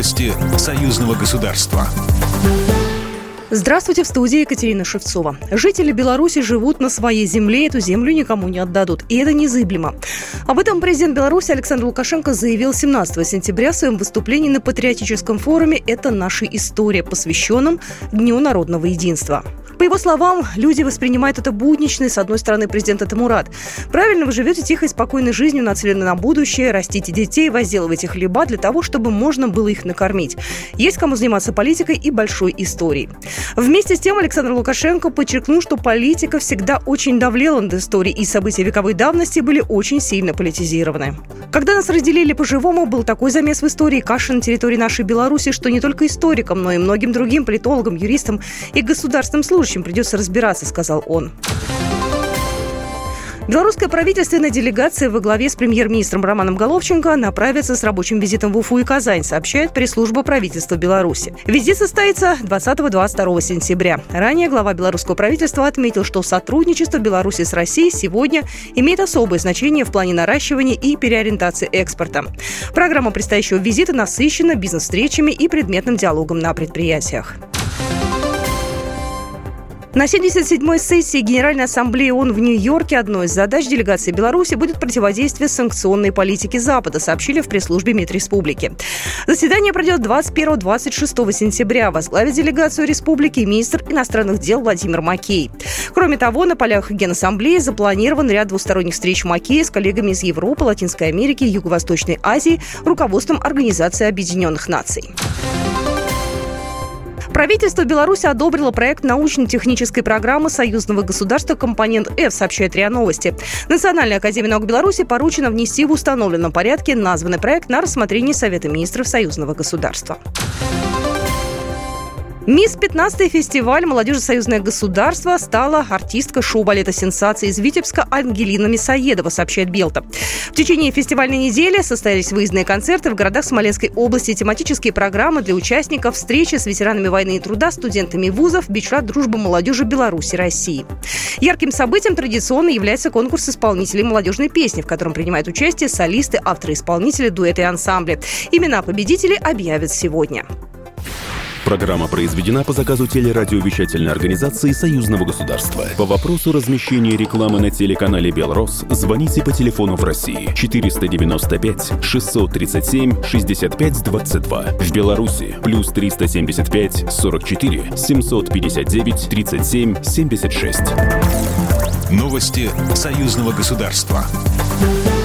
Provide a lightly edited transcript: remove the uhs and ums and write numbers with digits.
Новости союзного государства. Здравствуйте, в студии Екатерина Шевцова. Жители Беларуси живут на своей земле, эту землю никому не отдадут, и это незыблемо. Об этом президент Беларуси Александр Лукашенко заявил 17 сентября в своем выступлении на патриотическом форуме «Это наша история», посвященном Дню народного единства. По его словам, люди воспринимают это буднично, и, с одной стороны, президент этому рад. Правильно, вы живете тихой, спокойной жизнью, нацелены на будущее, растите детей, возделывайте хлеба для того, чтобы можно было их накормить. Есть кому заниматься политикой и большой историей. Вместе с тем Александр Лукашенко подчеркнул, что политика всегда очень давлела над историей, и события вековой давности были очень сильно политизированы. Когда нас разделили по-живому, был такой замес в истории каши на территории нашей Беларуси, что не только историкам, но и многим другим политологам, юристам и государственным служащим придется разбираться, сказал он. Белорусская правительственная делегация во главе с премьер-министром Романом Головченко направится с рабочим визитом в Уфу и Казань, сообщает пресс-служба правительства Беларуси. Визит состоится 20-22 сентября. Ранее глава белорусского правительства отметил, что сотрудничество Беларуси с Россией сегодня имеет особое значение в плане наращивания и переориентации экспорта. Программа предстоящего визита насыщена бизнес-встречами и предметным диалогом на предприятиях. На 77-й сессии Генеральной Ассамблеи ООН в Нью-Йорке одной из задач делегации Беларуси будет противодействие санкционной политике Запада, сообщили в пресс-службе МИД Республики. Заседание пройдет 21-26 сентября. Возглавит делегацию республики министр иностранных дел Владимир Макей. Кроме того, на полях Генассамблеи запланирован ряд двусторонних встреч Макея с коллегами из Европы, Латинской Америки, Юго-Восточной Азии, руководством Организации Объединенных Наций. Правительство Беларуси одобрило проект научно-технической программы союзного государства «Компонент F», сообщает РИА Новости. Национальной академии наук Беларуси поручено внести в установленном порядке названный проект на рассмотрение Совета министров союзного государства. Мисс 15-й фестиваль «Молодежи союзное государство» стала артистка шоу-балета «Сенсации» из Витебска Ангелина Мясоедова, сообщает Белта. В течение фестивальной недели состоялись выездные концерты в городах Смоленской области, тематические программы для участников, встречи с ветеранами войны и труда, студентами вузов, бичра дружбы молодежи Беларуси и России. Ярким событием традиционно является конкурс исполнителей молодежной песни, в котором принимают участие солисты, авторы-исполнители, дуэты и ансамбли. Имена победителей объявят сегодня. Программа произведена по заказу телерадиовещательной организации Союзного государства. По вопросу размещения рекламы на телеканале «Белрос» звоните по телефону в России 495 637 65 22. В Беларуси плюс 375 44 759 37 76. Новости союзного государства.